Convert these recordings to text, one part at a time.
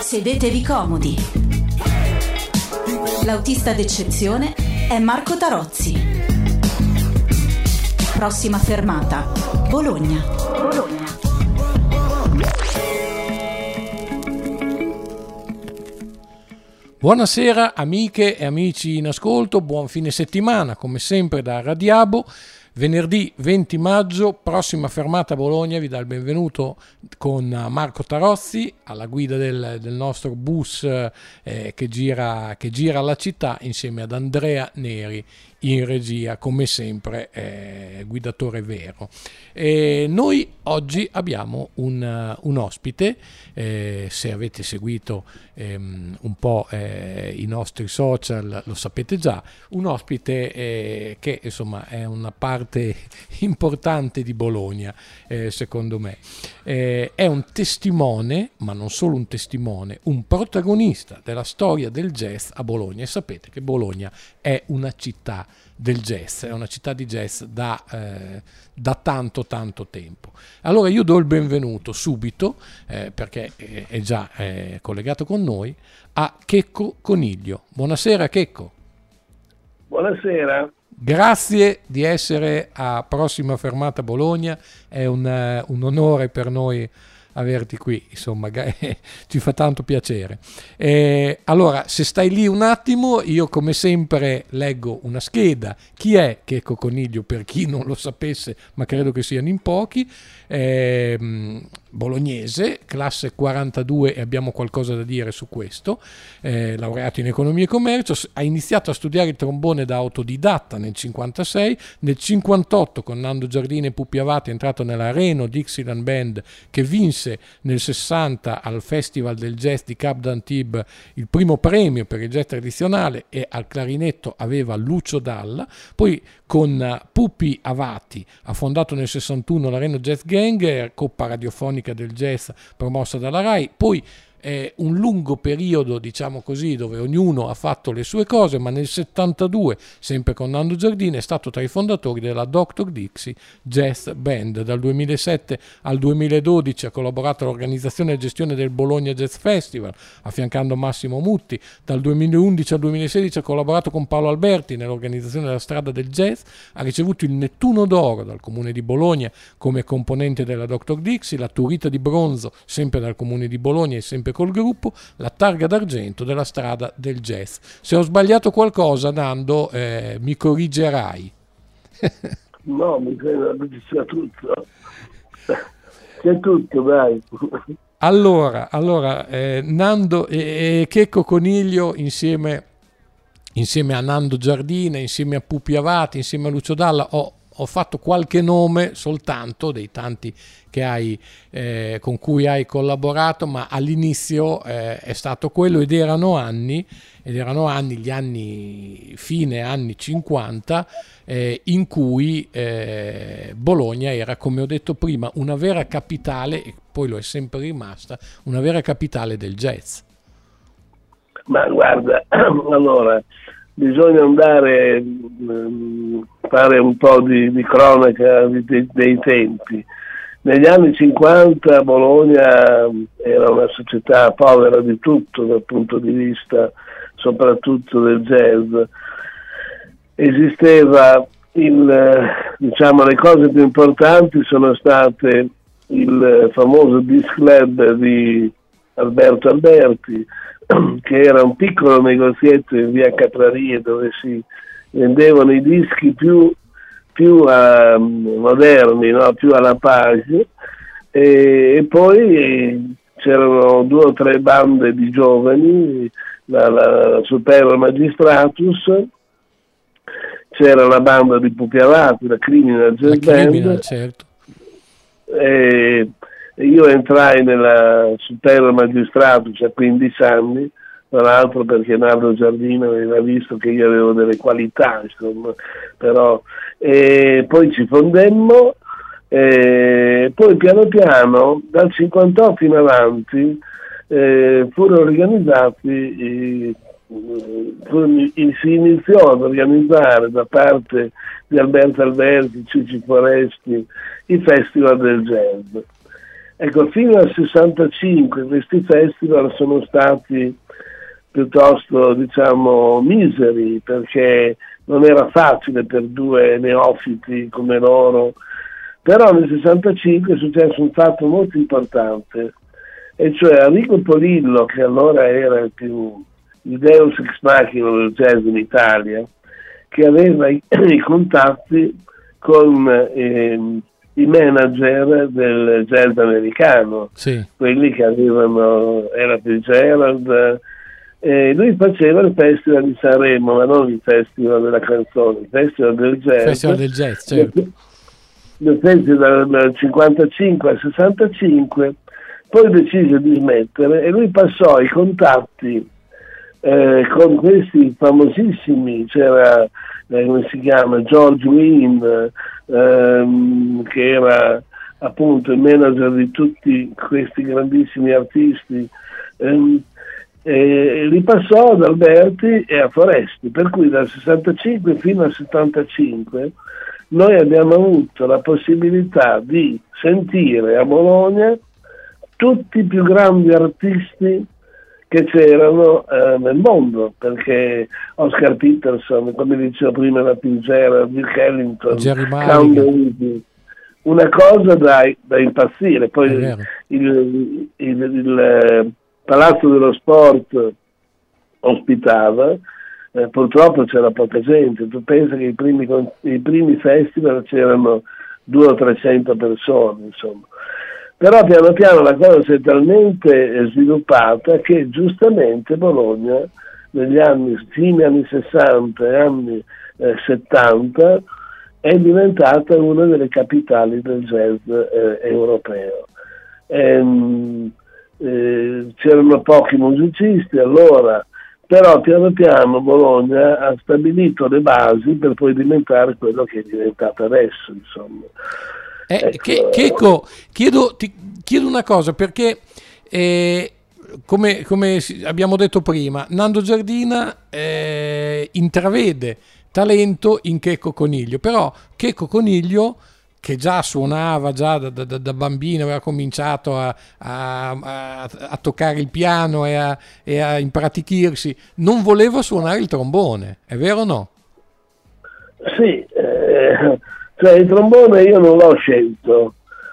Sedetevi comodi. L'autista d'eccezione è Marco Tarozzi. Prossima fermata, Bologna. Buonasera amiche e amici in ascolto, buon fine settimana, come sempre da Radiabo. Venerdì 20 maggio, prossima fermata Bologna, vi dà il benvenuto con Marco Tarozzi alla guida del nostro bus che gira la città insieme ad Andrea Neri in regia, come sempre guidatore vero. Noi oggi abbiamo un ospite, se avete seguito un po' i nostri social lo sapete già, un ospite che insomma è una parte importante di Bologna, secondo me. È un testimone, ma non solo un testimone, un protagonista della storia del jazz a Bologna, e sapete che Bologna è una città del jazz, è una città di jazz da tanto tempo. Allora io do il benvenuto subito, perché è già collegato con noi, a Checco Coniglio. Buonasera Checco. Buonasera. Grazie di essere a Prossima Fermata Bologna, è un onore per noi averti qui, insomma, ci fa tanto piacere. Allora, se stai lì un attimo, io come sempre leggo una scheda. Chi è Checco Coniglio, per chi non lo sapesse, ma credo che siano in pochi? Bolognese, classe 42, e abbiamo qualcosa da dire su questo, laureato in economia e commercio, ha iniziato a studiare il trombone da autodidatta nel 56, nel 58 con Nando Giardini e Pupi Avati è entrato nella Reno Dixieland Band, che vinse nel 60 al Festival del Jazz di Cap d'Antibes il primo premio per il jazz tradizionale, e al clarinetto aveva Lucio Dalla. Poi con Pupi Avati ha fondato nel 61 la Reno Jazz Gang, coppa radiofonica del jazz promossa dalla RAI. Poi un lungo periodo, diciamo così, dove ognuno ha fatto le sue cose, ma nel 72, sempre con Nando Giardini, è stato tra i fondatori della Dr. Dixie Jazz Band. Dal 2007 al 2012 ha collaborato all'organizzazione e gestione del Bologna Jazz Festival, affiancando Massimo Mutti. Dal 2011 al 2016 ha collaborato con Paolo Alberti nell'organizzazione della Strada del Jazz, ha ricevuto il Nettuno d'Oro dal Comune di Bologna come componente della Dr. Dixie, la Turita di Bronzo sempre dal Comune di Bologna e sempre col gruppo, la Targa d'Argento della Strada del Jazz. Se ho sbagliato qualcosa, Nando, mi corrigerai. No, mi sembra che sia tutto. C'è tutto, dai. Allora Nando e Checco Coniglio insieme a Nando Giardina, insieme a Pupi Avati, insieme a Lucio Dalla, ho fatto qualche nome soltanto dei tanti che hai, con cui hai collaborato, ma all'inizio è stato quello, ed erano anni, gli anni fine anni 50, in cui Bologna era, come ho detto prima, una vera capitale, e poi lo è sempre rimasta, una vera capitale del jazz. Ma guarda, allora bisogna andare fare un po' di cronaca dei tempi. Negli anni 50 Bologna era una società povera di tutto dal punto di vista soprattutto del jazz. Esisteva le cose più importanti sono state il famoso Disc Club di Alberto Alberti, che era un piccolo negozietto in via Caprarie dove si vendevano i dischi più moderni, no? Più alla page, e poi c'erano 2 o 3 bande di giovani, la Super Magistratus, c'era la banda di Pupi Avati, la Criminal Jazz Band, certo. E io entrai nella Super Magistratus a 15 anni, tra l'altro perché Nando Giardino aveva visto che io avevo delle qualità, insomma, però poi ci fondemmo, poi piano piano dal 58 in avanti furono organizzati, si iniziò ad organizzare da parte di Alberto Alberti, Cici Foresti, i festival del jazz. Ecco, fino al 65 questi festival sono stati piuttosto, diciamo, miseri, perché non era facile per due neofiti come loro. Però nel 65 è successo un fatto molto importante, e cioè Enrico Polillo, che allora era il deus ex machina del jazz in Italia, che aveva i contatti con i manager del jazz americano, sì, quelli che avevano Ella Fitzgerald, lui faceva il festival di Sanremo, ma non il festival della canzone, il festival del jazz. Festival del jazz, certo. Lo fece dal 55 al 65, poi decise di smettere e lui passò i contatti con questi famosissimi, c'era come si chiama, George Wein, che era appunto il manager di tutti questi grandissimi artisti, li passò ad Alberti e a Foresti, per cui dal 65 fino al 75 noi abbiamo avuto la possibilità di sentire a Bologna tutti i più grandi artisti che c'erano nel mondo, perché Oscar Peterson, come dicevo prima, la Fitzgerald, Duke Ellington, Count Basie, una cosa da impazzire. Poi il Palazzo dello Sport ospitava, purtroppo c'era poca gente. Tu pensi che i primi festival c'erano 200 o 300 persone, insomma. Però piano piano la cosa si è talmente sviluppata che giustamente Bologna negli fine anni 60 e anni 70 è diventata una delle capitali del jazz europeo. C'erano pochi musicisti allora, però piano piano Bologna ha stabilito le basi per poi diventare quello che è diventata adesso, insomma. Checco, ti chiedo una cosa, perché come abbiamo detto prima, Nando Giardina intravede talento in Checco Coniglio, però Checco Coniglio, che già suonava da bambino, aveva cominciato a toccare il piano e a impratichirsi, non voleva suonare il trombone, è vero o no? Sì, cioè il trombone io non l'ho scelto.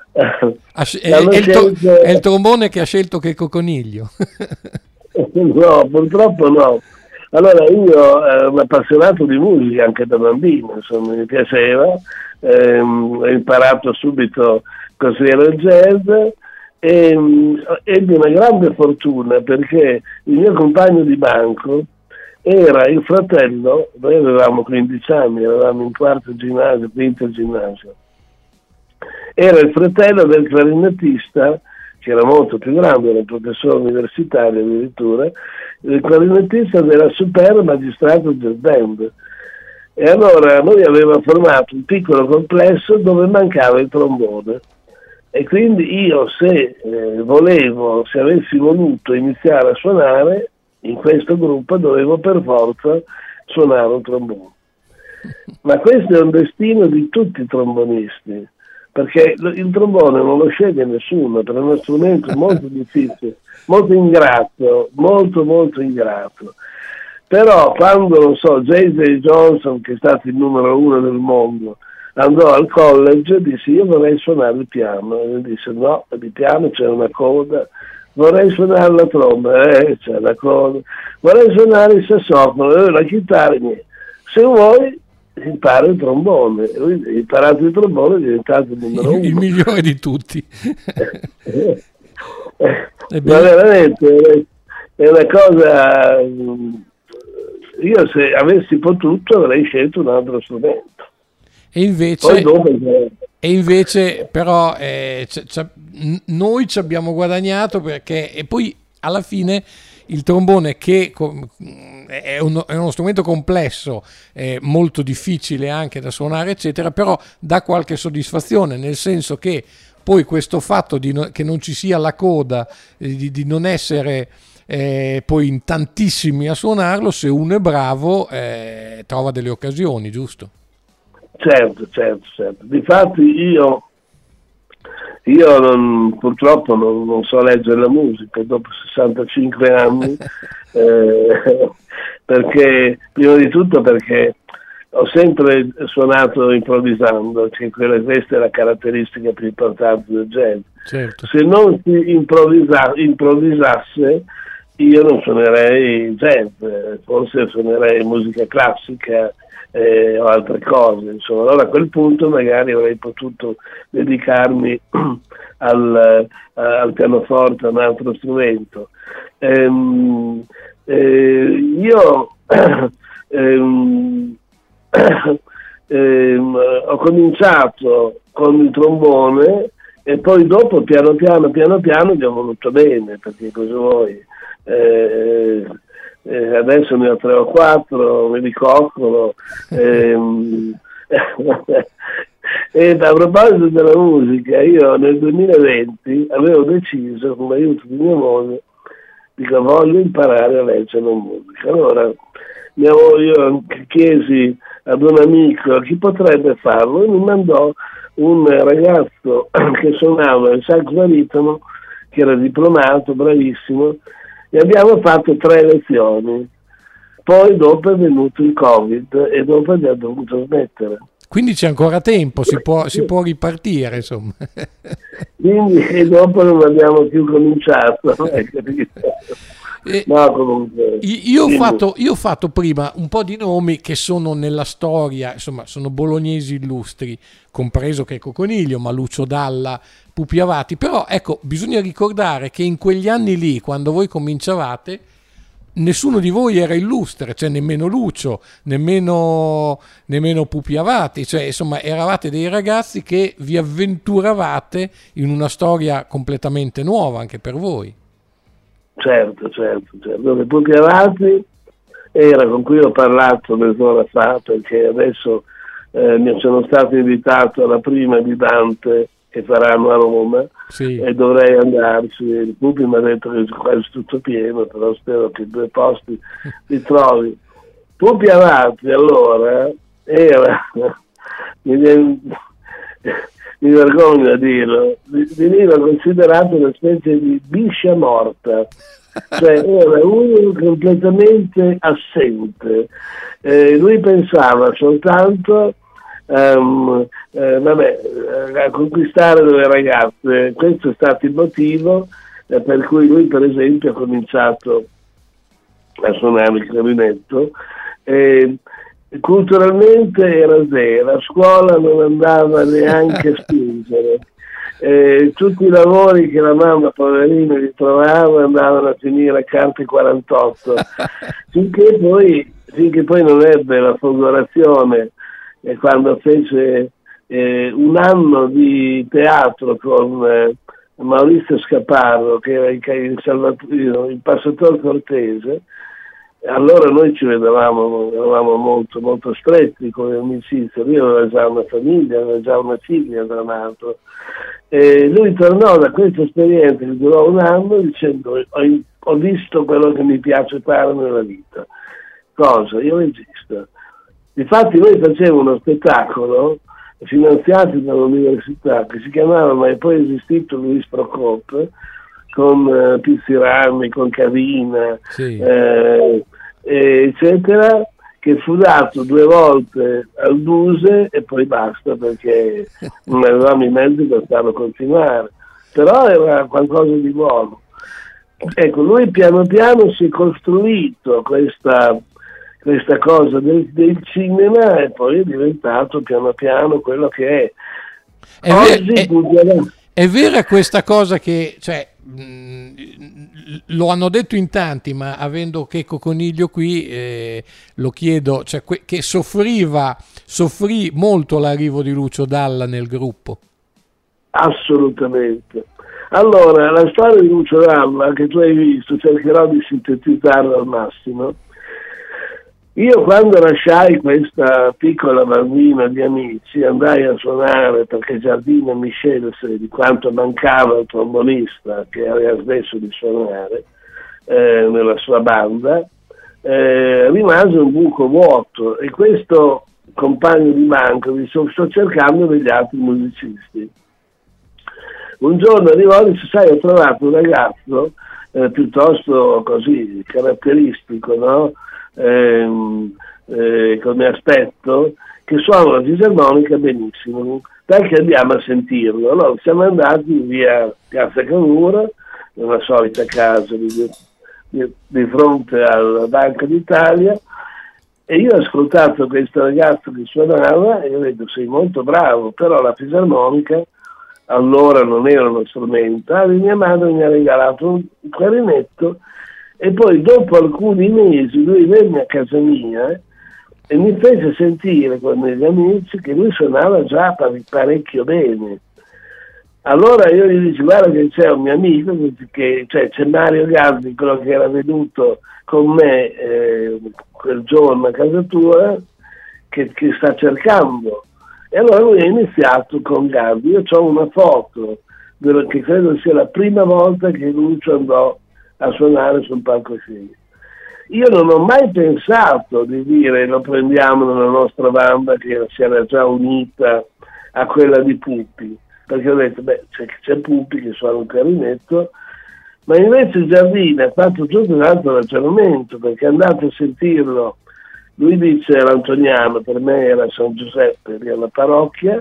È il trombone che ha scelto Checco Coniglio. No, purtroppo no. Allora io ero un appassionato di musica anche da bambino, insomma, mi piaceva, ho imparato subito cos'era il jazz e ebbi una grande fortuna perché il mio compagno di banco era il fratello, noi avevamo 15 anni, eravamo in quarto ginnasio, quinto ginnasio, era il fratello del clarinettista, che era molto più grande, era un professore universitario addirittura, il clarinettista della Super Magistrato Jazz Band. E allora noi avevamo formato un piccolo complesso dove mancava il trombone. E quindi io, se avessi voluto iniziare a suonare, in questo gruppo dovevo per forza suonare un trombone. Ma questo è un destino di tutti i trombonisti, perché il trombone non lo sceglie nessuno, perché è uno strumento molto difficile, molto ingrato, molto molto ingrato. Però quando, non so, J.J. Johnson, che è stato il numero 1 del mondo, andò al college e disse: io vorrei suonare il piano, e lui disse: no, di piano c'è una coda. Vorrei suonare la tromba, c'è la coda. Vorrei suonare il sassofono, la chitarra, niente. Se vuoi impara il trombone. Lui ha imparato il trombone, è diventato il numero 1. Il migliore di tutti. Ma veramente è una cosa. Io, se avessi potuto, avrei scelto un altro strumento. E invece però noi ci abbiamo guadagnato, perché e poi alla fine il trombone, che è uno strumento complesso, molto difficile anche da suonare eccetera, però dà qualche soddisfazione, nel senso che poi questo fatto che non ci sia la coda, di non essere poi in tantissimi a suonarlo, se uno è bravo trova delle occasioni, giusto? Certo. Difatti io Io purtroppo non so leggere la musica dopo 65 anni, perché prima di tutto perché ho sempre suonato improvvisando, cioè questa è la caratteristica più importante del jazz. Certo. Se non si improvvisasse, io non suonerei jazz, forse suonerei musica classica o altre cose. Insomma, allora a quel punto magari avrei potuto dedicarmi al pianoforte, a un altro strumento. Io ho cominciato con il trombone e poi dopo piano piano mi è voluto bene, perché cosa vuoi, adesso ne ho 3 o 4, mi ricoccolo. E a proposito della musica, io nel 2020 avevo deciso, con l'aiuto di mia moglie, dico voglio imparare a leggere la musica. Allora io chiesi ad un amico chi potrebbe farlo e mi mandò un ragazzo che suonava il sax baritono, che era diplomato, bravissimo, e abbiamo fatto 3 lezioni. Poi dopo è venuto il Covid e dopo abbiamo dovuto smettere. Quindi c'è ancora tempo, si può ripartire, insomma. Quindi e dopo non abbiamo più cominciato. No, comunque. Io ho fatto prima un po' di nomi che sono nella storia, insomma, sono bolognesi illustri, compreso Checco Coniglio, ma Lucio Dalla, Pupi Avati, però ecco, bisogna ricordare che in quegli anni lì, quando voi cominciavate, nessuno di voi era illustre, cioè nemmeno Lucio, nemmeno Pupi Avati, cioè insomma eravate dei ragazzi che vi avventuravate in una storia completamente nuova anche per voi. Certo. Dove Pupi Avati era, con cui ho parlato mezz'ora fa, perché adesso mi sono stato invitato alla prima di Dante che faranno a Roma, sì, e dovrei andarci. Il Pupi mi ha detto che è quasi tutto pieno, però spero che 2 posti li trovi. Pupi Avati allora era mi vergogno a dirlo, veniva considerato una specie di biscia morta, cioè era uno completamente assente. Lui pensava soltanto a conquistare delle ragazze. Questo è stato il motivo per cui lui, per esempio, ha cominciato a suonare il clarinetto. Culturalmente era zero, a scuola non andava neanche a spingere. Tutti i lavori che la mamma poverina gli trovava andavano a finire a carte 48, finché poi non ebbe la folgorazione, quando fece un anno di teatro con Maurizio Scaparro, che era il Passatore Cortese. Allora noi ci eravamo molto, molto stretti come amicizia. Io avevo già una famiglia, avevo già una figlia tra l'altro. E lui tornò da questa esperienza che durò un anno dicendo ho visto quello che mi piace fare nella vita. Cosa? Io regista. Difatti noi facevamo uno spettacolo finanziato dall'università che si chiamava Ma è poi esistito Luis Procop, con Pizzirami, con Cavina, sì, eccetera, che fu dato 2 volte al Duse e poi basta, perché non avevamo i mezzi per farlo continuare, però era qualcosa di buono. Ecco, lui piano piano si è costruito questa cosa del cinema e poi è diventato piano piano quello che è. È vera questa cosa che, cioè, lo hanno detto in tanti, ma avendo Checco Coniglio qui lo chiedo, cioè, che soffrì molto l'arrivo di Lucio Dalla nel gruppo. Assolutamente. Allora, la storia di Lucio Dalla che tu hai visto, cercherò di sintetizzarla al massimo. Io quando lasciai questa piccola bambina di amici andai a suonare, perché Giardina mi scelse di quanto mancava il trombonista che aveva smesso di suonare nella sua banda, rimase un buco vuoto e questo compagno di banco mi sto cercando degli altri musicisti. Un giorno arrivò e disse: sai, ho trovato un ragazzo piuttosto così caratteristico, no? Come aspetto, che suona la fisarmonica benissimo, perché andiamo a sentirlo. Allora siamo andati via Piazza Cavour, nella solita casa di fronte alla Banca d'Italia, e io ho ascoltato questo ragazzo che suonava e ho detto: sei molto bravo, però la fisarmonica allora non era uno strumentale. Mia madre mi ha regalato un clarinetto, e poi dopo alcuni mesi lui venne a casa mia e mi fece sentire con degli amici che lui suonava già parecchio bene. Allora io gli dico: guarda che c'è un mio amico, c'è Mario Gazzi, quello che era venuto con me quel giorno a casa tua, che sta cercando. E allora lui ha iniziato con Gazzi. Io ho una foto che credo sia la prima volta che Lucio andò a suonare sul palcoscenico. Io non ho mai pensato di dire: lo prendiamo nella nostra banda, che si era già unita a quella di Pupi, perché ho detto: c'è Pupi che suona un clarinetto. Ma invece Giardini ha fatto tutto un altro ragionamento, perché andate a sentirlo. Lui dice all'Antoniano, per me era San Giuseppe, lì alla parrocchia,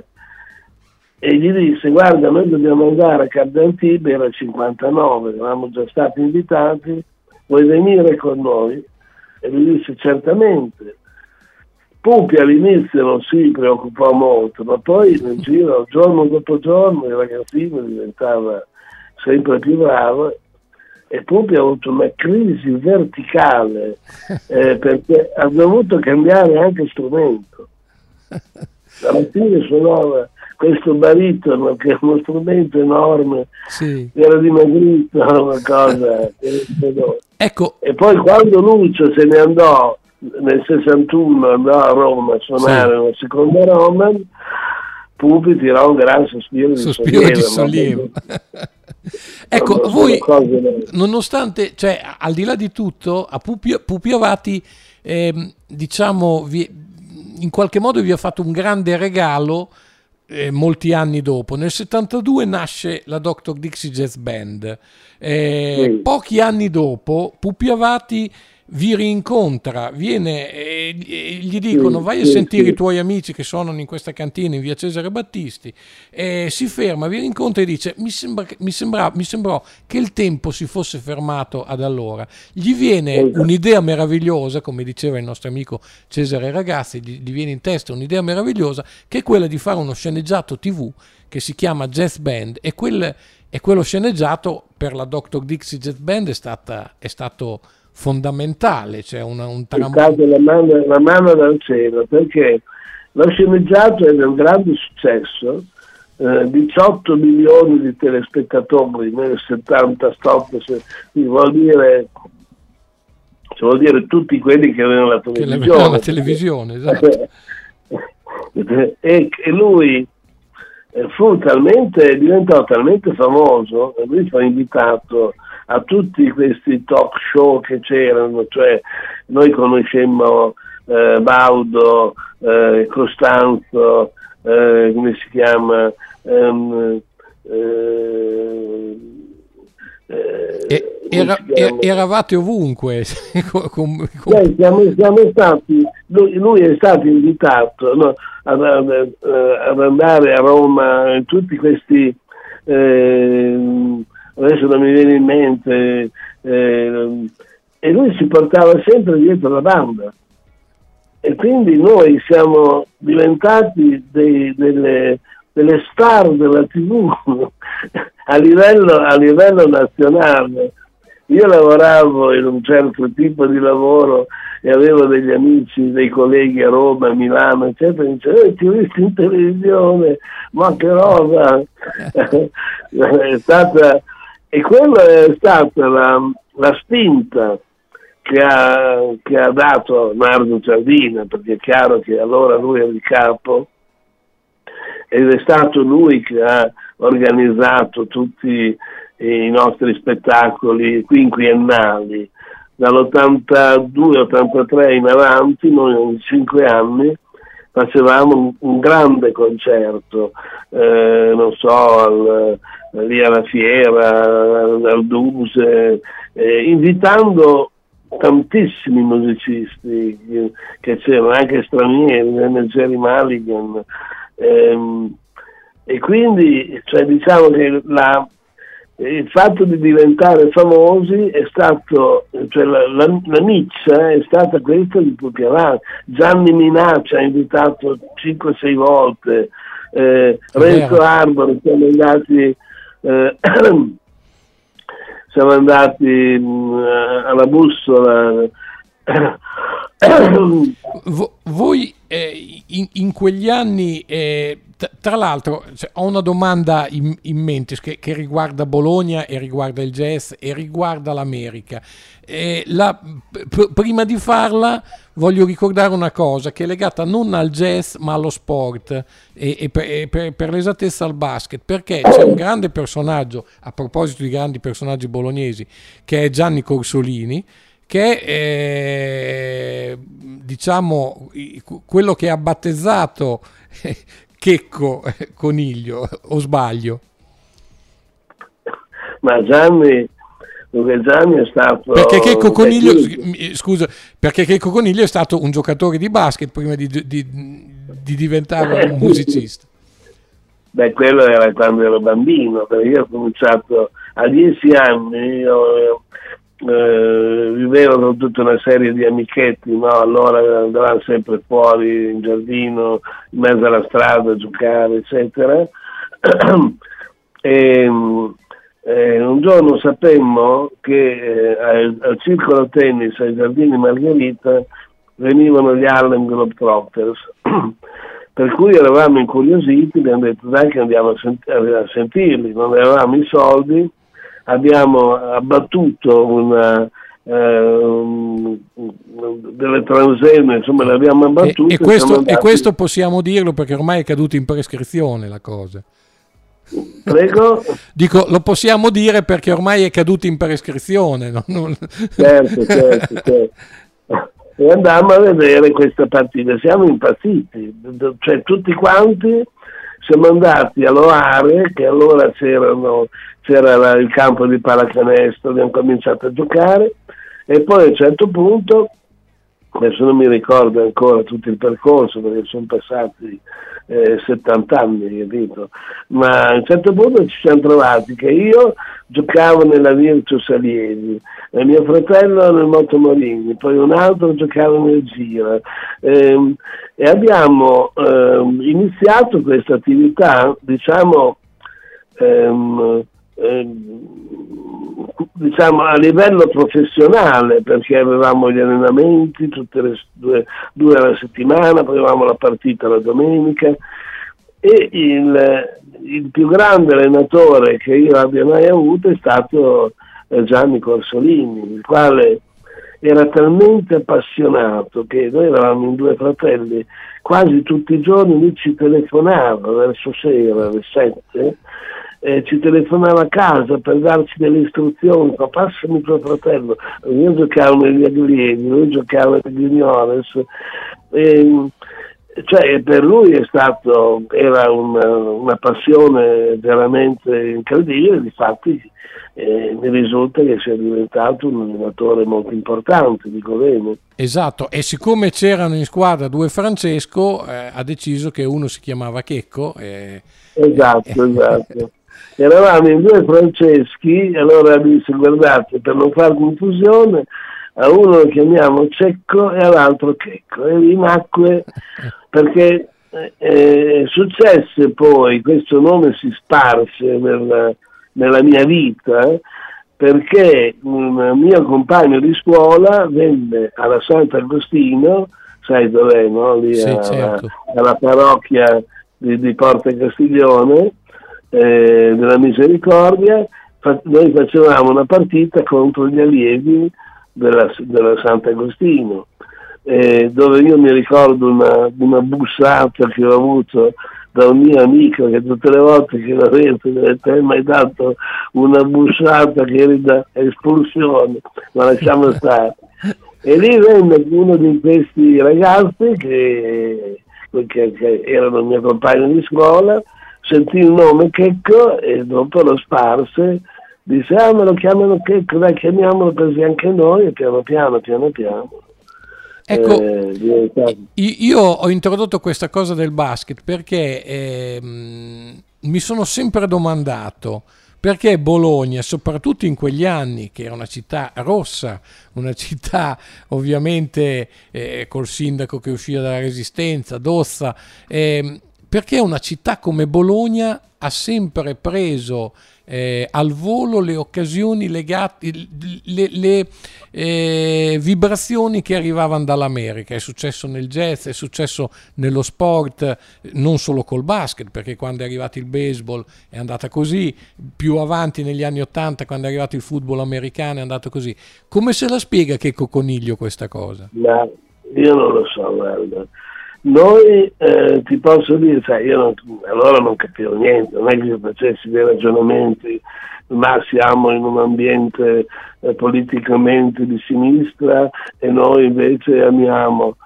e gli disse: guarda, noi dobbiamo andare a Cap d'Antibes, era il 59, eravamo già stati invitati, vuoi venire con noi? E lui disse: certamente. Pupi all'inizio non si preoccupò molto, ma poi nel giro, giorno dopo giorno, il ragazzino diventava sempre più bravo, e Pupi ha avuto una crisi verticale perché ha dovuto cambiare anche strumento. Alla fine suonava questo baritono, che è uno strumento enorme, sì, era dimagrito, una cosa. Ecco. E poi quando Lucio se ne andò nel 61, andò a Roma a suonare, sì, una seconda Roma, Pupi tirò un gran sospiro di sollievo. Ecco, voi, nonostante, cioè, al di là di tutto, a Pupi Avati, diciamo, in qualche modo vi ha fatto un grande regalo molti anni dopo. Nel 72 nasce la Dr. Dixie Jazz Band. Sì. Pochi anni dopo, Pupi Avati vi rincontra, viene e gli dicono: vai a sentire i tuoi amici che suonano in questa cantina in via Cesare Battisti, e si ferma, vi rincontra e dice: mi sembrò che il tempo si fosse fermato ad allora. Gli viene un'idea meravigliosa, come diceva il nostro amico Cesare Ragazzi, gli viene in testa un'idea meravigliosa, che è quella di fare uno sceneggiato TV che si chiama Jazz Band, e quello sceneggiato per la Dr. Dixie Jazz Band è stato fondamentale, cioè un tramonto. La mano dal cielo, perché lo sceneggiato è un grande successo, 18 milioni di telespettatori nel 78, vuol dire tutti quelli che avevano la televisione, esatto. E lui diventò talmente famoso, e lui fu invitato a tutti questi talk show che c'erano, cioè noi conoscemmo Baudo, Costanzo, come si chiama, eravate ovunque. Siamo stati, lui è stato invitato, no, ad andare a Roma in tutti questi adesso non mi viene in mente, e lui si portava sempre dietro la banda, e quindi noi siamo diventati delle star della TV a livello nazionale. Io lavoravo in un certo tipo di lavoro e avevo degli amici, dei colleghi a Roma, a Milano, eccetera, mi dicevano: ti ho visto in televisione, ma che roba! È stata, e quella è stata la spinta che ha dato Nardo Giardina, perché è chiaro che allora lui era il capo, ed è stato lui che ha organizzato tutti i nostri spettacoli quinquennali. Dall'82-83 in avanti, noi ogni 5 anni facevamo un grande concerto, non so, lì alla fiera, al Duse, invitando tantissimi musicisti che c'erano, anche stranieri, Jerry Mulligan, e quindi cioè, diciamo che il fatto di diventare famosi è stato, cioè la miccia è stata questa di più più avanti. Gianni Minaccia ha invitato 5-6 volte, Renzo Arbore, siamo andati alla Bussola. Voi in quegli anni, tra l'altro, ho una domanda in mente che riguarda Bologna e riguarda il jazz e riguarda l'America. Prima di farla voglio ricordare una cosa che è legata non al jazz ma allo sport e per l'esattezza al basket, perché c'è un grande personaggio, a proposito di grandi personaggi bolognesi, che è Gianni Corsolini, che è diciamo quello che ha battezzato Checco Coniglio, o sbaglio? Ma Gianni è stato, perché Checco Coniglio, scusa, perché Checco Coniglio è stato un giocatore di basket prima di diventare un musicista. Beh, quello era quando ero bambino, perché io ho cominciato a 10 anni, vivevo con tutta una serie di amichetti, no? Allora andavamo sempre fuori in giardino, in mezzo alla strada a giocare, eccetera. E un giorno sapemmo che al circolo tennis ai Giardini Margherita venivano gli Harlem Globetrotters, per cui eravamo incuriositi, abbiamo detto dai che andiamo a sentirli, non avevamo i soldi, abbiamo abbattuto delle transenne, insomma le abbiamo abbattute. E questo possiamo dirlo perché ormai è caduto in prescrizione la cosa. Prego? Dico, lo possiamo dire perché ormai è caduto in prescrizione. No? Certo. E andammo a vedere questa partita, siamo impazziti, cioè tutti quanti siamo andati all'Oare, che allora c'era il campo di pallacanestro, abbiamo cominciato a giocare e poi a un certo punto, adesso non mi ricordo ancora tutto il percorso perché sono passati 70 anni, capito? Ma a un certo punto ci siamo trovati che io giocavo nella Virtus Allievi, mio fratello nel Moto Morini, poi un altro giocava nel Gira, e abbiamo iniziato questa attività, diciamo a livello professionale, perché avevamo gli allenamenti tutte le due alla settimana, poi avevamo la partita la domenica, e il più grande allenatore che io abbia mai avuto è stato Gianni Corsolini, il quale era talmente appassionato che noi eravamo in 2 fratelli, quasi tutti i giorni lui ci telefonava verso sera alle 7, ci telefonava a casa per darci delle istruzioni, passami tuo fratello, io giocavo negli allievi, lui giocava negli juniores, cioè per lui era una passione veramente incredibile, difatti mi risulta che sia diventato un allenatore molto importante, dico bene. Esatto, e siccome c'erano in squadra 2 Francesco, ha deciso che uno si chiamava Checco. Esatto. Eravamo in 2 Franceschi, e allora disse guardate, per non fare confusione, a uno lo chiamiamo Cecco e all'altro Checco, e lì nacque, perché successe poi, questo nome si sparse nella mia vita, perché un mio compagno di scuola venne alla Sant'Agostino, sai dov'è, no? Lì sì, certo. alla parrocchia di Porta Castiglione, della Misericordia. Noi facevamo una partita contro gli allievi della Sant'Agostino, dove io mi ricordo una bussata che ho avuto da un mio amico, che tutte le volte che lo vedo mi hai mai dato una bussata che eri da espulsione, ma lasciamo stare. E lì venne uno di questi ragazzi che erano il mio compagno di scuola, sentì il nome Checco e dopo lo sparse, disse me lo chiamano Checco, dai chiamiamolo così anche noi, e piano piano. Ecco, io ho introdotto questa cosa del basket perché mi sono sempre domandato perché Bologna, soprattutto in quegli anni, che era una città rossa, una città ovviamente col sindaco che usciva dalla Resistenza, Dozza, perché una città come Bologna ha sempre preso al volo le occasioni legate, le vibrazioni che arrivavano dall'America. È successo nel jazz, è successo nello sport, non solo col basket, perché quando è arrivato il baseball è andata così, più avanti negli anni '80 quando è arrivato il football americano è andato così. Come se la spiega Checco Coniglio questa cosa? Ma io non lo so, guarda. Noi ti posso dire, sai, allora non capivo niente, non è che io facessi dei ragionamenti, ma siamo in un ambiente politicamente di sinistra e noi invece amiamo.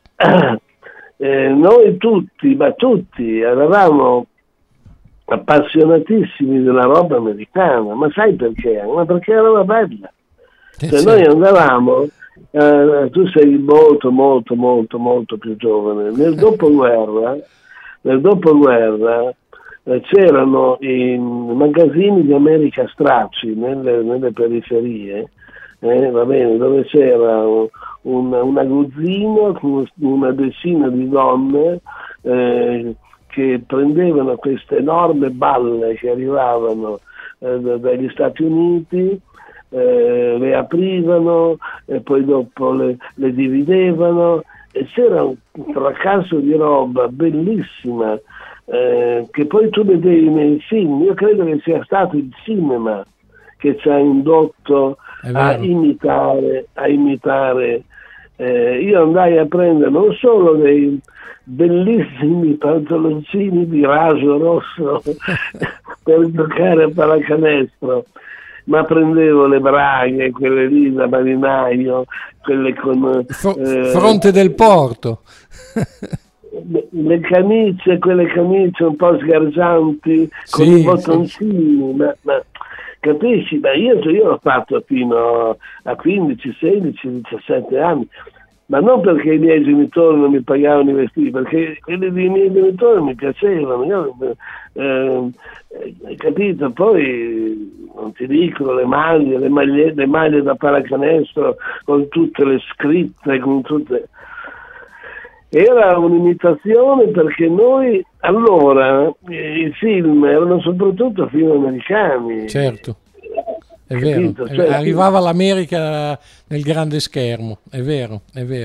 Noi tutti eravamo appassionatissimi della roba americana, ma sai perché? Ma perché era bella. Se noi andavamo, tu sei molto più giovane. Nel dopoguerra c'erano i magazzini di America stracci nelle periferie, va bene, dove c'era un aguzzino con una decina di donne che prendevano queste enormi balle che arrivavano dagli Stati Uniti, le aprivano e poi dopo le dividevano, e c'era un fracasso di roba bellissima che poi tu vedevi nei film. Io credo che sia stato il cinema che ci ha indotto a imitare. Io andai a prendere non solo dei bellissimi pantaloncini di raso rosso per giocare a pallacanestro, ma prendevo le braghe, quelle lì da marinaio, quelle con fronte del porto, quelle camicie un po' sgargianti con i bottoncini, ma capisci? Ma io l'ho fatto fino a 15, 16, 17 anni, ma non perché i miei genitori non mi pagavano i vestiti, perché quelli dei miei genitori mi piacevano. Hai capito? Poi non ti dico, le maglie da pallacanestro con tutte le scritte, con tutte. Era un'imitazione, perché noi allora i film erano soprattutto film americani. Certo, è vero, cioè, arrivava l'America nel grande schermo, è vero.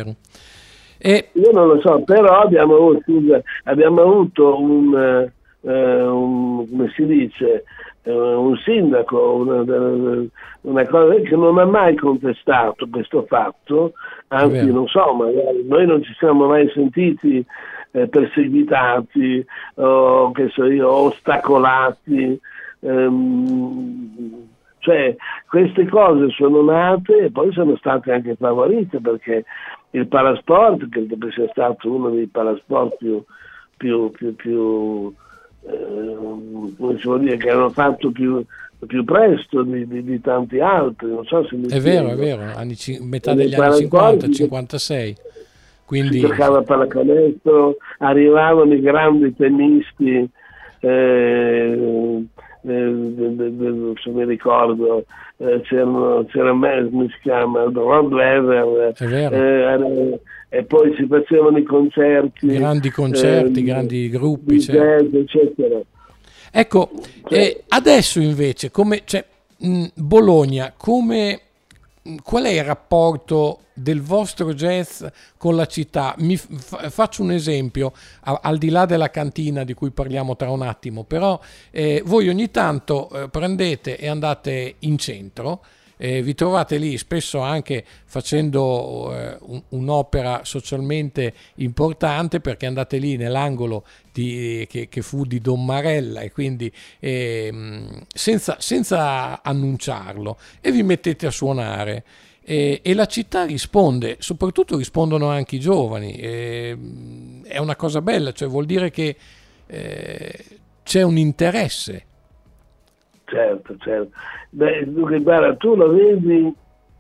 Io non lo so, però abbiamo avuto un come si dice, un sindaco, una cosa che non ha mai contestato questo fatto, anzi non so, magari noi non ci siamo mai sentiti perseguitati o che so io, ostacolati, cioè queste cose sono nate e poi sono state anche favorite, perché il parasport credo che sia stato uno dei parasport più come si vuol dire, che hanno fatto più presto di tanti altri, non so se è vero, metà degli anni 50, 56, quindi si giocava a pallacanestro, arrivavano i grandi tennisti, se mi ricordo, c'era come si chiama, Rod Laver, e poi si facevano i concerti, grandi grandi gruppi, jazz, eccetera. Ecco, adesso invece Bologna, qual è il rapporto del vostro jazz con la città? Faccio un esempio, al di là della cantina di cui parliamo tra un attimo, però voi ogni tanto prendete e andate in centro, vi trovate lì spesso anche facendo un'opera socialmente importante, perché andate lì nell'angolo che fu di Don Marella, e quindi senza annunciarlo, e vi mettete a suonare. E la città risponde, soprattutto rispondono anche i giovani, è una cosa bella, cioè vuol dire che c'è un interesse. Certo. Beh, guarda, tu lo vedi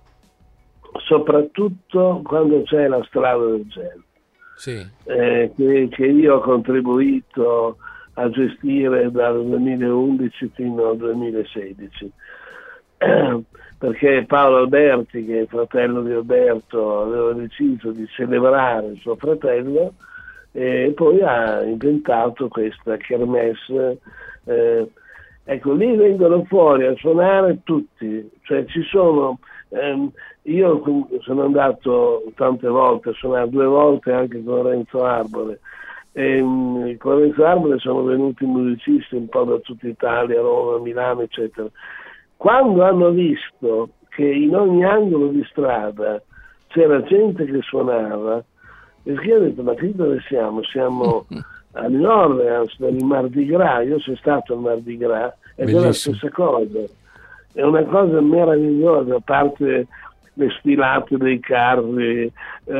soprattutto quando c'è la strada del jazz, Sì. che io ho contribuito a gestire dal 2011 fino al 2016. Perché Paolo Alberti, che è il fratello di Alberto, aveva deciso di celebrare il suo fratello e poi ha inventato questa kermesse. Ecco, lì vengono fuori a suonare tutti, cioè ci sono, io sono andato tante volte a suonare, 2 volte anche con Renzo Arbore, e con Renzo Arbore sono venuti musicisti un po' da tutta Italia, Roma, Milano, eccetera. Quando hanno visto che in ogni angolo di strada c'era gente che suonava, perché ho detto, ma qui dove siamo? Siamo a New Orleans, per il Mardi Gras. Io sono stato al Mardi Gras ed è la stessa cosa, è una cosa meravigliosa, a parte le sfilate dei carri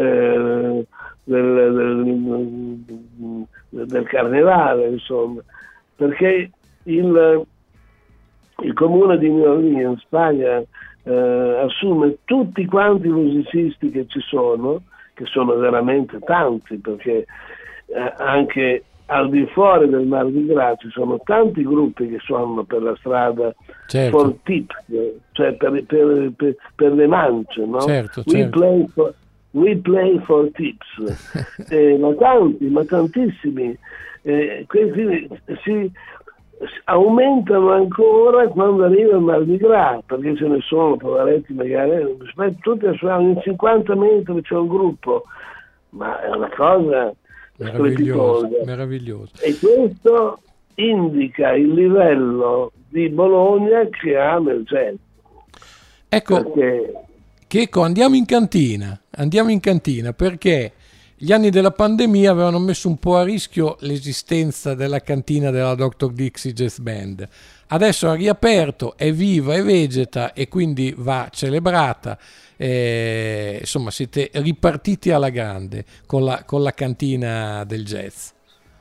del carnevale, insomma, perché il comune di New Orleans in Spagna assume tutti quanti i musicisti che ci sono, che sono veramente tanti, perché anche al di fuori del Mardi Gras ci sono tanti gruppi che suonano per la strada, certo, for tips, cioè per le mance, no? Certo, We play for tips. Ma tantissimi. Questi si aumentano ancora quando arriva il Mardi Gras, perché ce ne sono poveretti magari tutti a suonare in 50 metri, c'è un gruppo, ma è una cosa meraviglioso. E questo indica il livello di Bologna che ha nel jazz. Ecco, Checco, andiamo in cantina perché gli anni della pandemia avevano messo un po' a rischio l'esistenza della cantina della Dr. Dixie Jazz Band. Adesso ha riaperto, è viva, è vegeta e quindi va celebrata. Insomma, siete ripartiti alla grande con la cantina del jazz.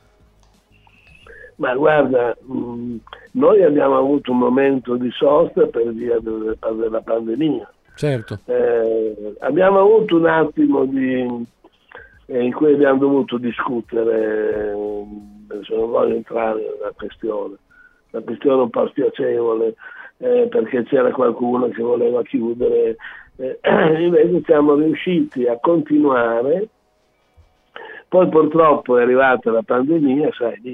Ma guarda, noi abbiamo avuto un momento di sosta per via della pandemia. Certo. Abbiamo avuto un attimo in cui abbiamo dovuto discutere, se non voglio entrare nella questione, una questione un po' spiacevole, perché c'era qualcuno che voleva chiudere, invece siamo riusciti a continuare. Poi purtroppo è arrivata la pandemia, sai, lì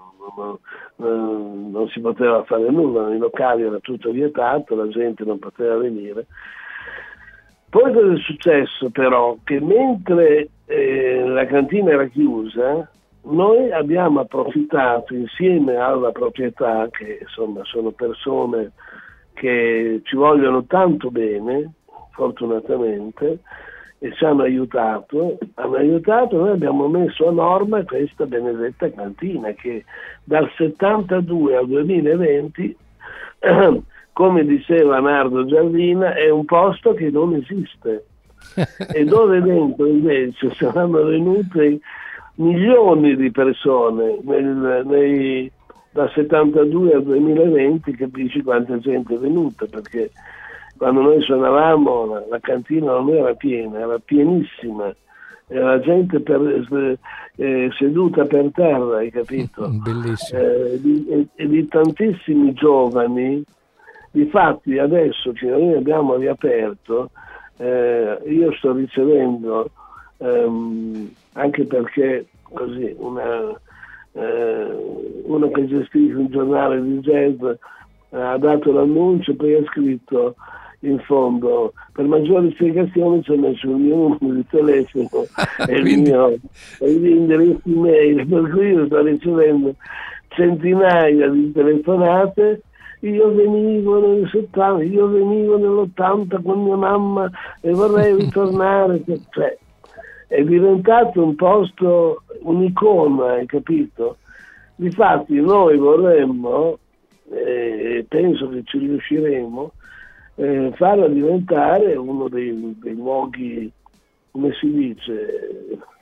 non si poteva fare nulla, nei locali era tutto vietato, la gente non poteva venire. Poi cosa è successo però? Che mentre la cantina era chiusa, noi abbiamo approfittato insieme alla proprietà, che insomma sono persone che ci vogliono tanto bene, fortunatamente, e ci hanno aiutato, noi abbiamo messo a norma questa benedetta cantina che dal 72 al 2020, come diceva Nardo Giardina, è un posto che non esiste e dove dentro invece saranno venute milioni di persone dal 72 al 2020, capisci quanta gente è venuta, perché quando noi suonavamo la cantina non era piena, era pienissima, era la gente seduta per terra, hai capito? Bellissimo. E di tantissimi giovani. Difatti adesso che noi abbiamo riaperto, io sto ricevendo, anche perché così uno che gestisce un giornale di jazz ha dato l'annuncio, poi ha scritto in fondo: per maggiori spiegazioni ci ho messo il mio numero di telefono e il mio indirizzo email, per cui io sto ricevendo centinaia di telefonate. Io venivo nel 70, io venivo nell'80 con mia mamma e vorrei ritornare, cioè è diventato un posto, un'icona, hai capito? Difatti noi vorremmo, e penso che ci riusciremo, farla diventare uno dei luoghi, come si dice,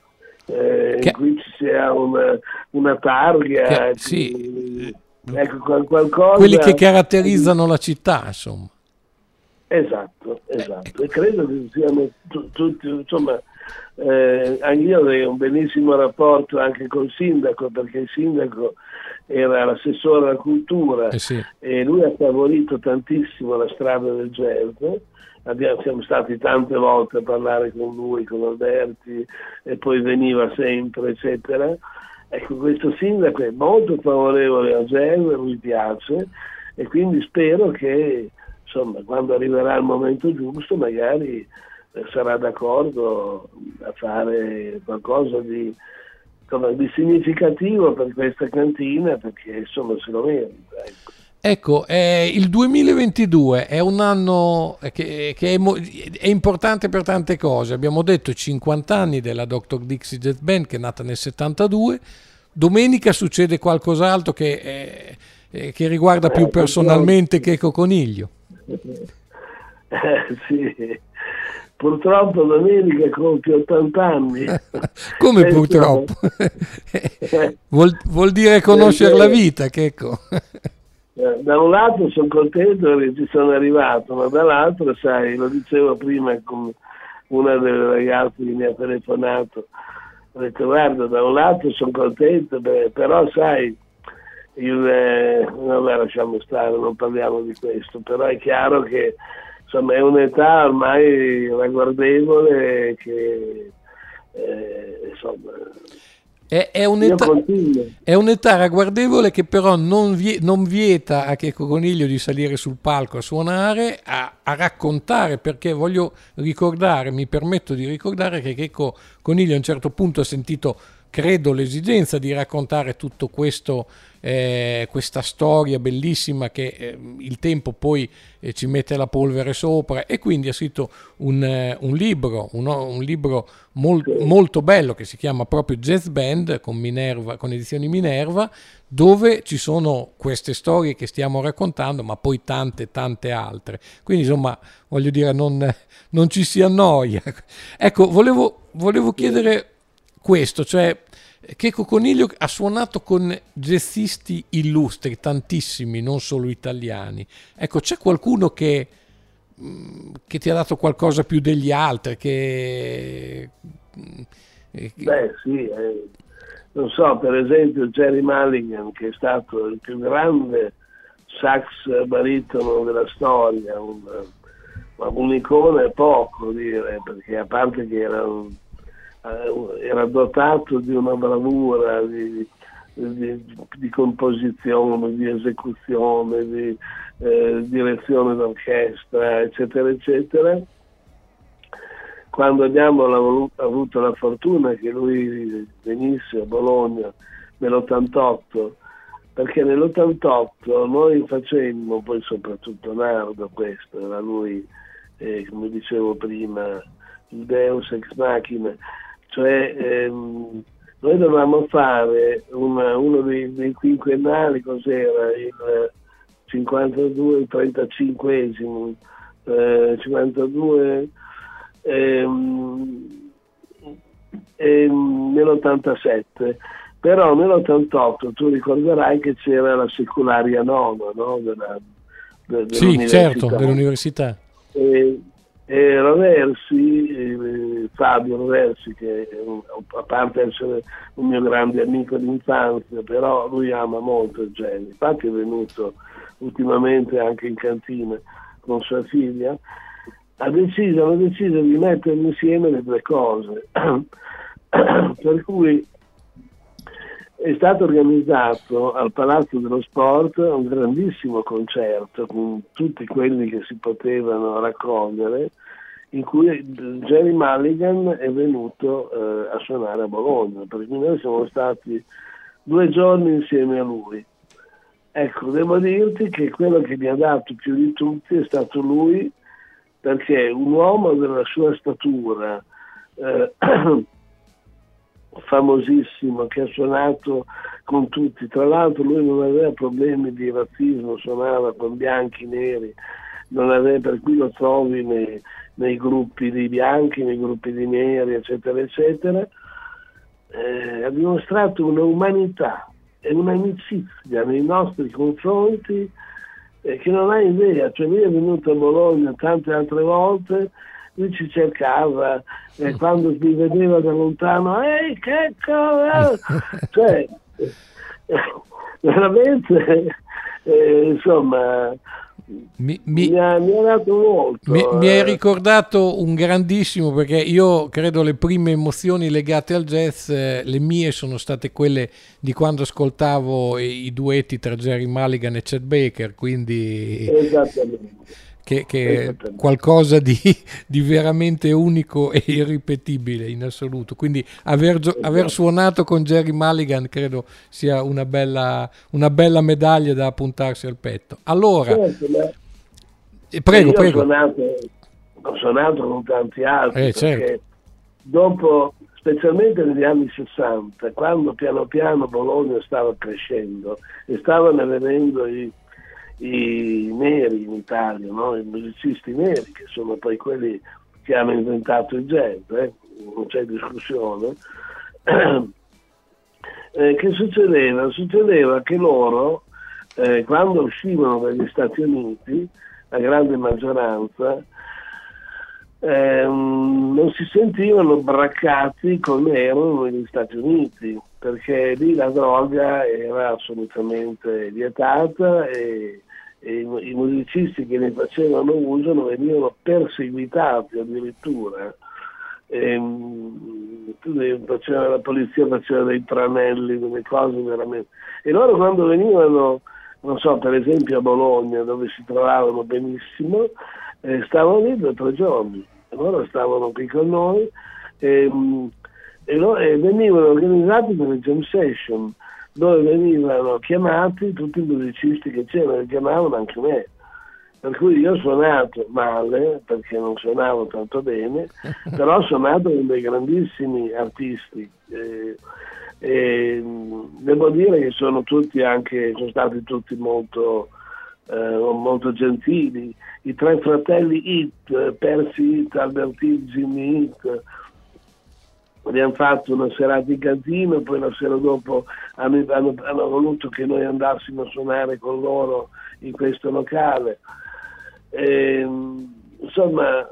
in cui ci sia una targa, sì, ecco, qualcosa. Quelli che caratterizzano la città, insomma. Esatto. E credo che siano tutti, insomma, anch'io avevo un benissimo rapporto anche col sindaco, perché il sindaco era l'assessore alla cultura, Sì. e lui ha favorito tantissimo la strada del jazz. Siamo stati tante volte a parlare con lui, con Alberti, e poi veniva sempre, eccetera. Ecco, questo sindaco è molto favorevole al jazz, lui piace, e quindi spero che, insomma, quando arriverà il momento giusto, magari sarà d'accordo a fare qualcosa di significativo per questa cantina, perché insomma se lo merita. Ecco, il 2022 è un anno che è importante per tante cose. Abbiamo detto 50 anni della Dr. Dixie Jazz Band, che è nata nel 72. Domenica succede qualcos'altro che riguarda più personalmente Checco Coniglio. Sì, purtroppo domenica compie 80 anni. Come purtroppo? Vuol dire conoscere la vita, Checco. Da un lato sono contento che ci sono arrivato, ma dall'altro, sai, lo dicevo prima con una delle ragazze che mi ha telefonato, ho detto: guarda, da un lato sono contento, però sai, vabbè, lasciamo stare, non parliamo di questo, però è chiaro che insomma è un'età ormai ragguardevole che insomma è un'età ragguardevole, che però non vieta a Checco Coniglio di salire sul palco a suonare, a raccontare, perché mi permetto di ricordare che Checco Coniglio a un certo punto ha sentito, credo, l'esigenza di raccontare tutto questo, questa storia bellissima che il tempo poi ci mette la polvere sopra, e quindi ha scritto un libro molto bello che si chiama proprio Jazz Band, con edizioni Minerva, dove ci sono queste storie che stiamo raccontando, ma poi tante altre. Quindi insomma, voglio dire, non ci si annoia. Ecco, volevo chiedere questo, cioè Checco Coniglio ha suonato con jazzisti illustri, tantissimi, non solo italiani. Ecco, c'è qualcuno che ti ha dato qualcosa più degli altri? Beh sì, non so, per esempio Jerry Mulligan, che è stato il più grande sax baritono della storia, un'icona è poco dire, perché a parte che era dotato di una bravura di composizione, di esecuzione, di direzione d'orchestra, eccetera, eccetera. Quando abbiamo avuto la fortuna che lui venisse a Bologna nell'88, perché nell'88 noi facemmo, poi soprattutto Nardo, questo era lui, come dicevo prima, il Deus ex machina, cioè noi dovevamo fare uno dei quinquennali, cos'era, il 52, il 35esimo, 52, nell'87, però nell'88 tu ricorderai che c'era la secularia nona, no? Sì, certo, dell'università. E Roversi, Fabio Roversi, che a parte essere un mio grande amico d'infanzia, però lui ama molto il jazz, infatti è venuto ultimamente anche in cantina con sua figlia. Hanno deciso di mettere insieme le due cose, per cui è stato organizzato al Palazzo dello Sport un grandissimo concerto con tutti quelli che si potevano raccogliere, in cui Jerry Mulligan è venuto a suonare a Bologna, perché noi siamo stati 2 giorni insieme a lui. Ecco, devo dirti che quello che mi ha dato più di tutti è stato lui, perché un uomo della sua statura, famosissimo, che ha suonato con tutti, tra l'altro lui non aveva problemi di razzismo, suonava con bianchi, neri, non aveva, per cui lo trovi nei gruppi di bianchi, nei gruppi di neri, eccetera, eccetera. ha dimostrato una umanità e un'amicizia nei nostri confronti che non hai idea. Cioè, lui è venuto a Bologna tante altre volte, lui ci cercava, quando mi vedeva da lontano, ehi Checco, cioè veramente, insomma, mi ha dato molto. Mi hai ricordato un grandissimo, perché io credo le prime emozioni legate al jazz, le mie sono state quelle di quando ascoltavo i duetti tra Jerry Mulligan e Chet Baker, quindi Esattamente. che è qualcosa di veramente unico e irripetibile in assoluto. Quindi aver suonato con Jerry Mulligan credo sia una bella medaglia da appuntarsi al petto. Allora, certo, prego. Ho suonato con tanti altri, perché certo. dopo, specialmente negli anni 60, quando piano piano Bologna stava crescendo e stavano venendo i neri in Italia, no? I musicisti neri, che sono poi quelli che hanno inventato il jazz, non c'è discussione. Che succedeva? Succedeva che loro, quando uscivano dagli Stati Uniti, la grande maggioranza, non si sentivano braccati come erano negli Stati Uniti, perché lì la droga era assolutamente vietata e i musicisti che ne facevano uso non venivano perseguitati addirittura. La polizia faceva dei tranelli, delle cose veramente. E loro quando venivano, non so, per esempio a Bologna, dove si trovavano benissimo, stavano lì 2 o 3 giorni. E loro stavano qui con noi e venivano organizzati delle jam session, dove venivano chiamati tutti i musicisti che c'erano, e chiamavano anche me. Per cui io ho suonato male, perché non suonavo tanto bene, però ho suonato con dei grandissimi artisti. Devo dire che sono stati tutti molto gentili. I 3 fratelli Hit, Percy Hit, Albert Hit, Jimmy Hit, abbiamo fatto una serata in cantina, poi la sera dopo hanno voluto che noi andassimo a suonare con loro in questo locale. Insomma,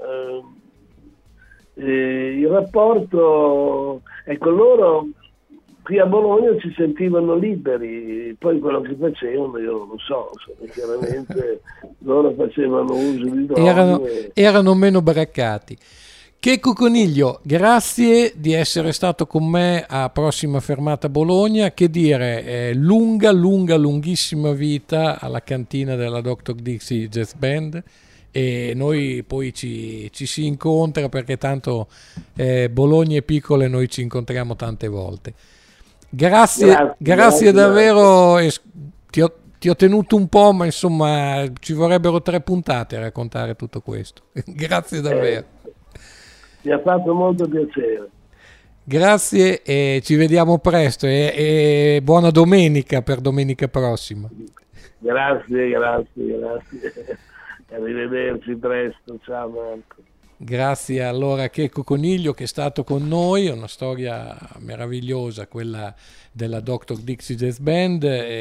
il rapporto, ecco, loro qui a Bologna si sentivano liberi, poi quello che facevano io non lo so, chiaramente loro facevano uso di droghe. Erano meno baraccati. Checco Coniglio, grazie di essere stato con me a Prossima Fermata Bologna. Che dire, lunghissima vita alla cantina della Dr. Dixie Jazz Band, e noi poi ci si incontra, perché tanto Bologna è piccola e noi ci incontriamo tante volte. Grazie davvero. Ti ho tenuto un po', ma insomma ci vorrebbero 3 puntate a raccontare tutto questo. Grazie davvero. Mi ha fatto molto piacere. Grazie e ci vediamo presto e buona domenica per domenica prossima. Grazie. Arrivederci presto, ciao Marco. Grazie allora a Checco Coniglio, che è stato con noi. È una storia meravigliosa quella della Dr. Dixie Jazz Band,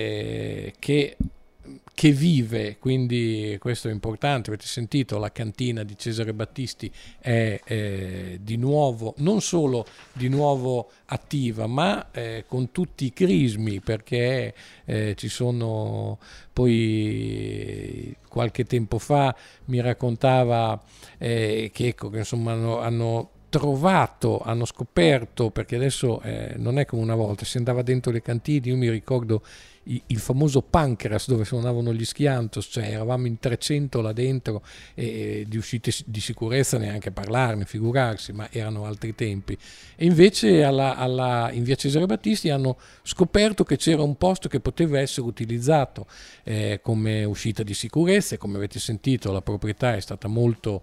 che vive, quindi questo è importante. Avete sentito, la cantina di Cesare Battisti è di nuovo, non solo di nuovo attiva, ma con tutti i crismi, perché ci sono, poi qualche tempo fa mi raccontava che insomma hanno scoperto, perché adesso non è come una volta, si andava dentro le cantine. Io mi ricordo il famoso Pancras, dove suonavano gli Schiantos, cioè eravamo in 300 là dentro, e di uscite di sicurezza neanche parlarne, figurarsi, ma erano altri tempi. E invece in via Cesare Battisti hanno scoperto che c'era un posto che poteva essere utilizzato come uscita di sicurezza, e come avete sentito la proprietà è stata molto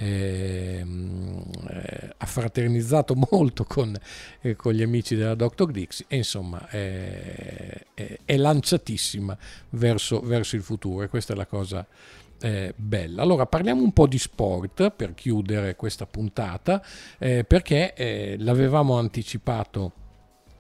ha fraternizzato molto con gli amici della Dr. Dixie, e insomma è lanciatissima verso il futuro, e questa è la cosa bella. Allora parliamo un po' di sport per chiudere questa puntata, perché l'avevamo anticipato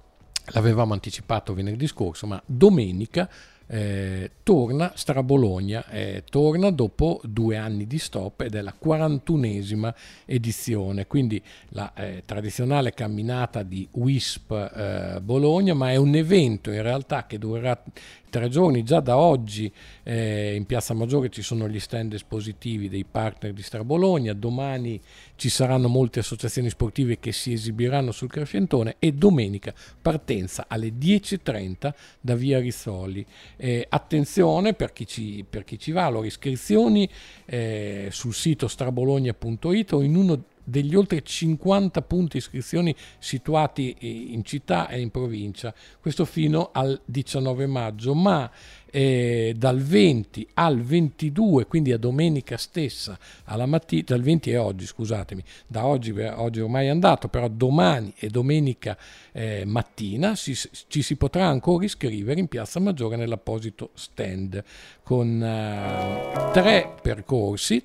l'avevamo anticipato venerdì scorso, ma domenica torna Strabologna, torna dopo 2 anni di stop ed è la 41esima edizione, quindi la tradizionale camminata di WISP Bologna, ma è un evento in realtà che durerà 3 giorni. Già da oggi in Piazza Maggiore ci sono gli stand espositivi dei partner di Strabologna, domani ci saranno molte associazioni sportive che si esibiranno sul crescentone e domenica partenza alle 10:30 da via Rizzoli. Attenzione per chi ci va, allora iscrizioni sul sito strabologna.it o in uno degli oltre 50 punti iscrizioni situati in città e in provincia, questo fino al 19 maggio, ma dal 20 al 22, quindi a domenica stessa alla mattina, dal 20 e oggi, scusatemi, da oggi ormai è andato, però domani e domenica mattina ci si potrà ancora iscrivere in Piazza Maggiore nell'apposito stand con 3 percorsi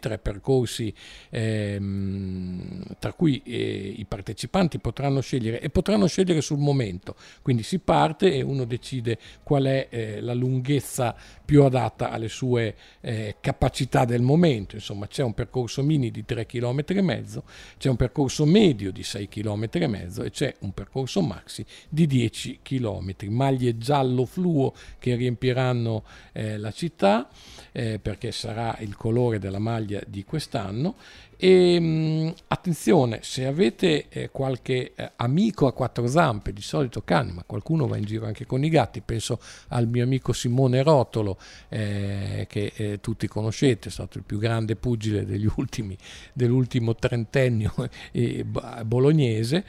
tra cui i partecipanti potranno scegliere sul momento, quindi si parte e uno decide qual è la lunghezza più adatta alle sue capacità del momento. Insomma, c'è un percorso mini di 3,5 km, c'è un percorso medio di 6,5 km e c'è un percorso maxi di 10 km. Maglie giallo fluo che riempiranno la città perché sarà il colore della maglia di quest'anno. E attenzione, se avete qualche amico a 4 zampe, di solito cani, ma qualcuno va in giro anche con i gatti, penso al mio amico Simone Rotolo che tutti conoscete, è stato il più grande pugile dell'ultimo trentennio bolognese,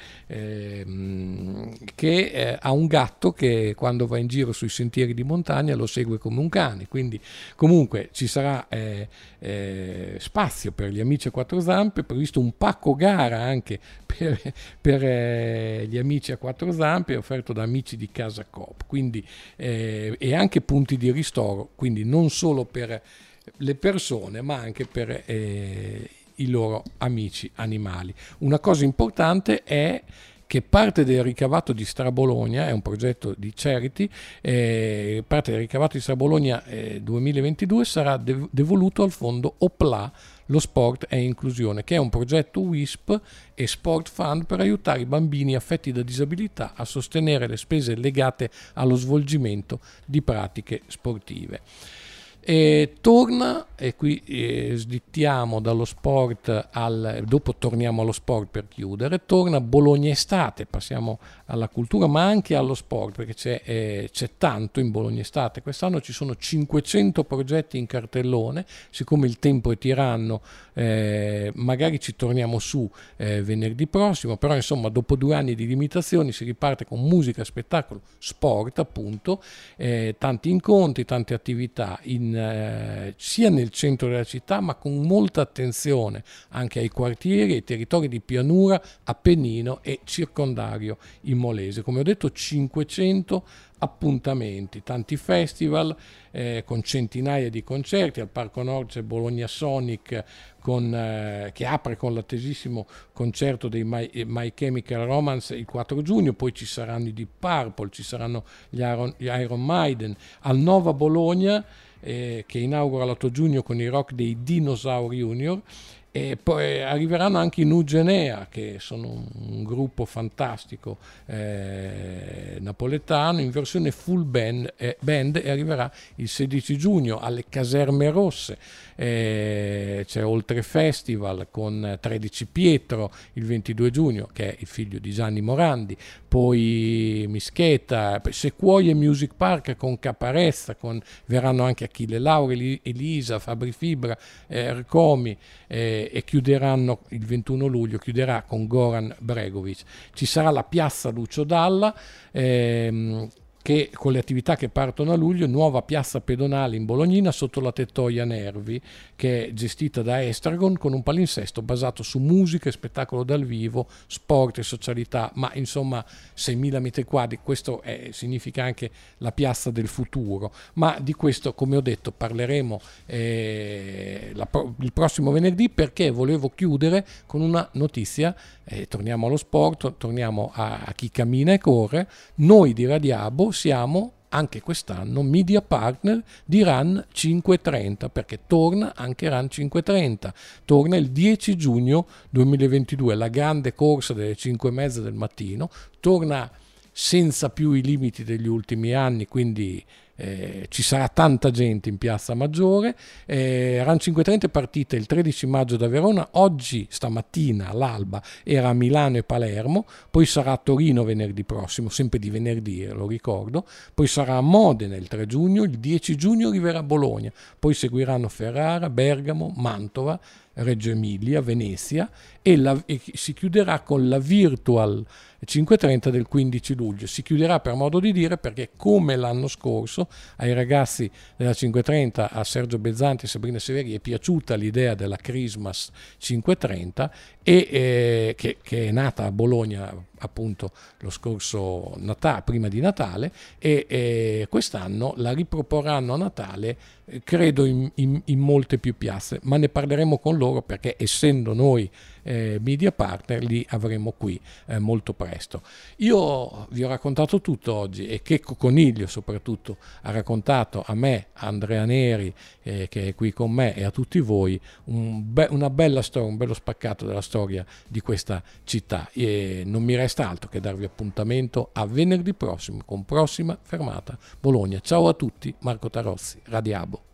che ha un gatto che quando va in giro sui sentieri di montagna lo segue come un cane, quindi comunque ci sarà spazio per gli amici a 4 zampe, previsto un pacco gara anche per gli amici a 4 zampe offerto da amici di Casa Coop, quindi e anche punti di ristoro, quindi non solo per le persone ma anche per i loro amici animali. Una cosa importante è che parte del ricavato di Strabologna, è un progetto di charity, parte del ricavato di Strabologna 2022 sarà devoluto al fondo OPLA, lo sport e inclusione, che è un progetto WISP e Sport Fund per aiutare i bambini affetti da disabilità a sostenere le spese legate allo svolgimento di pratiche sportive. Torna, e qui slittiamo dallo sport dopo torniamo allo sport per chiudere, torna Bologna Estate, passiamo alla cultura ma anche allo sport perché c'è tanto in Bologna Estate. Quest'anno ci sono 500 progetti in cartellone, siccome il tempo è tiranno magari ci torniamo su venerdì prossimo, però insomma dopo 2 anni di limitazioni si riparte con musica, spettacolo, sport appunto, tanti incontri, tante attività sia nel centro della città ma con molta attenzione anche ai quartieri e ai territori di pianura, Appennino e circondario immolese. Come ho detto, 500 appuntamenti, tanti festival con centinaia di concerti. Al Parco Nord c'è Bologna Sonic che apre con l'attesissimo concerto dei My Chemical Romance il 4 giugno, poi ci saranno i Deep Purple, ci saranno gli Iron Maiden. Al Nova Bologna che inaugura l'8 giugno con i rock dei Dinosaur Junior, e poi arriveranno anche i Nugenea, che sono un gruppo fantastico napoletano in versione full band, e arriverà il 16 giugno alle Caserme Rosse. C'è Oltre Festival con 13 Pietro il 22 giugno, che è il figlio di Gianni Morandi, poi Mischeta, Sequoia Music Park con Caparezza, verranno anche Achille Lauri, Elisa, Fabri Fibra, Ercomi, e chiuderanno il 21 luglio chiuderà con Goran Bregovic. Ci sarà la piazza Lucio Dalla che che con le attività che partono a luglio, nuova piazza pedonale in Bolognina sotto la tettoia Nervi, che è gestita da Estragon, con un palinsesto basato su musica e spettacolo dal vivo, sport e socialità, ma insomma 6.000 metri quadri, questo significa anche la piazza del futuro. Ma di questo, come ho detto, parleremo il prossimo venerdì, perché volevo chiudere con una notizia. Torniamo allo sport, torniamo a chi cammina e corre. Noi di Radiabo siamo anche quest'anno media partner di Run 530, perché torna anche Run 530, torna il 10 giugno 2022, la grande corsa delle 5:30 del mattino, torna senza più i limiti degli ultimi anni, quindi ci sarà tanta gente in Piazza Maggiore. Run 530 è partita il 13 maggio da Verona, oggi stamattina all'alba era a Milano e Palermo, poi sarà a Torino venerdì prossimo, sempre di venerdì lo ricordo, poi sarà a Modena il 3 giugno, il 10 giugno arriverà a Bologna, poi seguiranno Ferrara, Bergamo, Mantova, Reggio Emilia, Venezia e si chiuderà con la Virtual 530 del 15 luglio. Si chiuderà per modo di dire perché, come l'anno scorso, ai ragazzi della 530, a Sergio Bezzanti e Sabrina Severi, è piaciuta l'idea della Christmas 530 e che è nata a Bologna appunto lo scorso Natale, prima di Natale, e quest'anno la riproporranno a Natale, credo in molte più piazze, ma ne parleremo con loro, perché essendo noi media partner li avremo qui molto presto. Io vi ho raccontato tutto oggi, e Checco Coniglio soprattutto ha raccontato a me, a Andrea Neri che è qui con me, e a tutti voi una bella storia, un bello spaccato della storia di questa città, e non mi resta altro che darvi appuntamento a venerdì prossimo con Prossima Fermata Bologna. Ciao a tutti, Marco Tarozzi, Radiabo.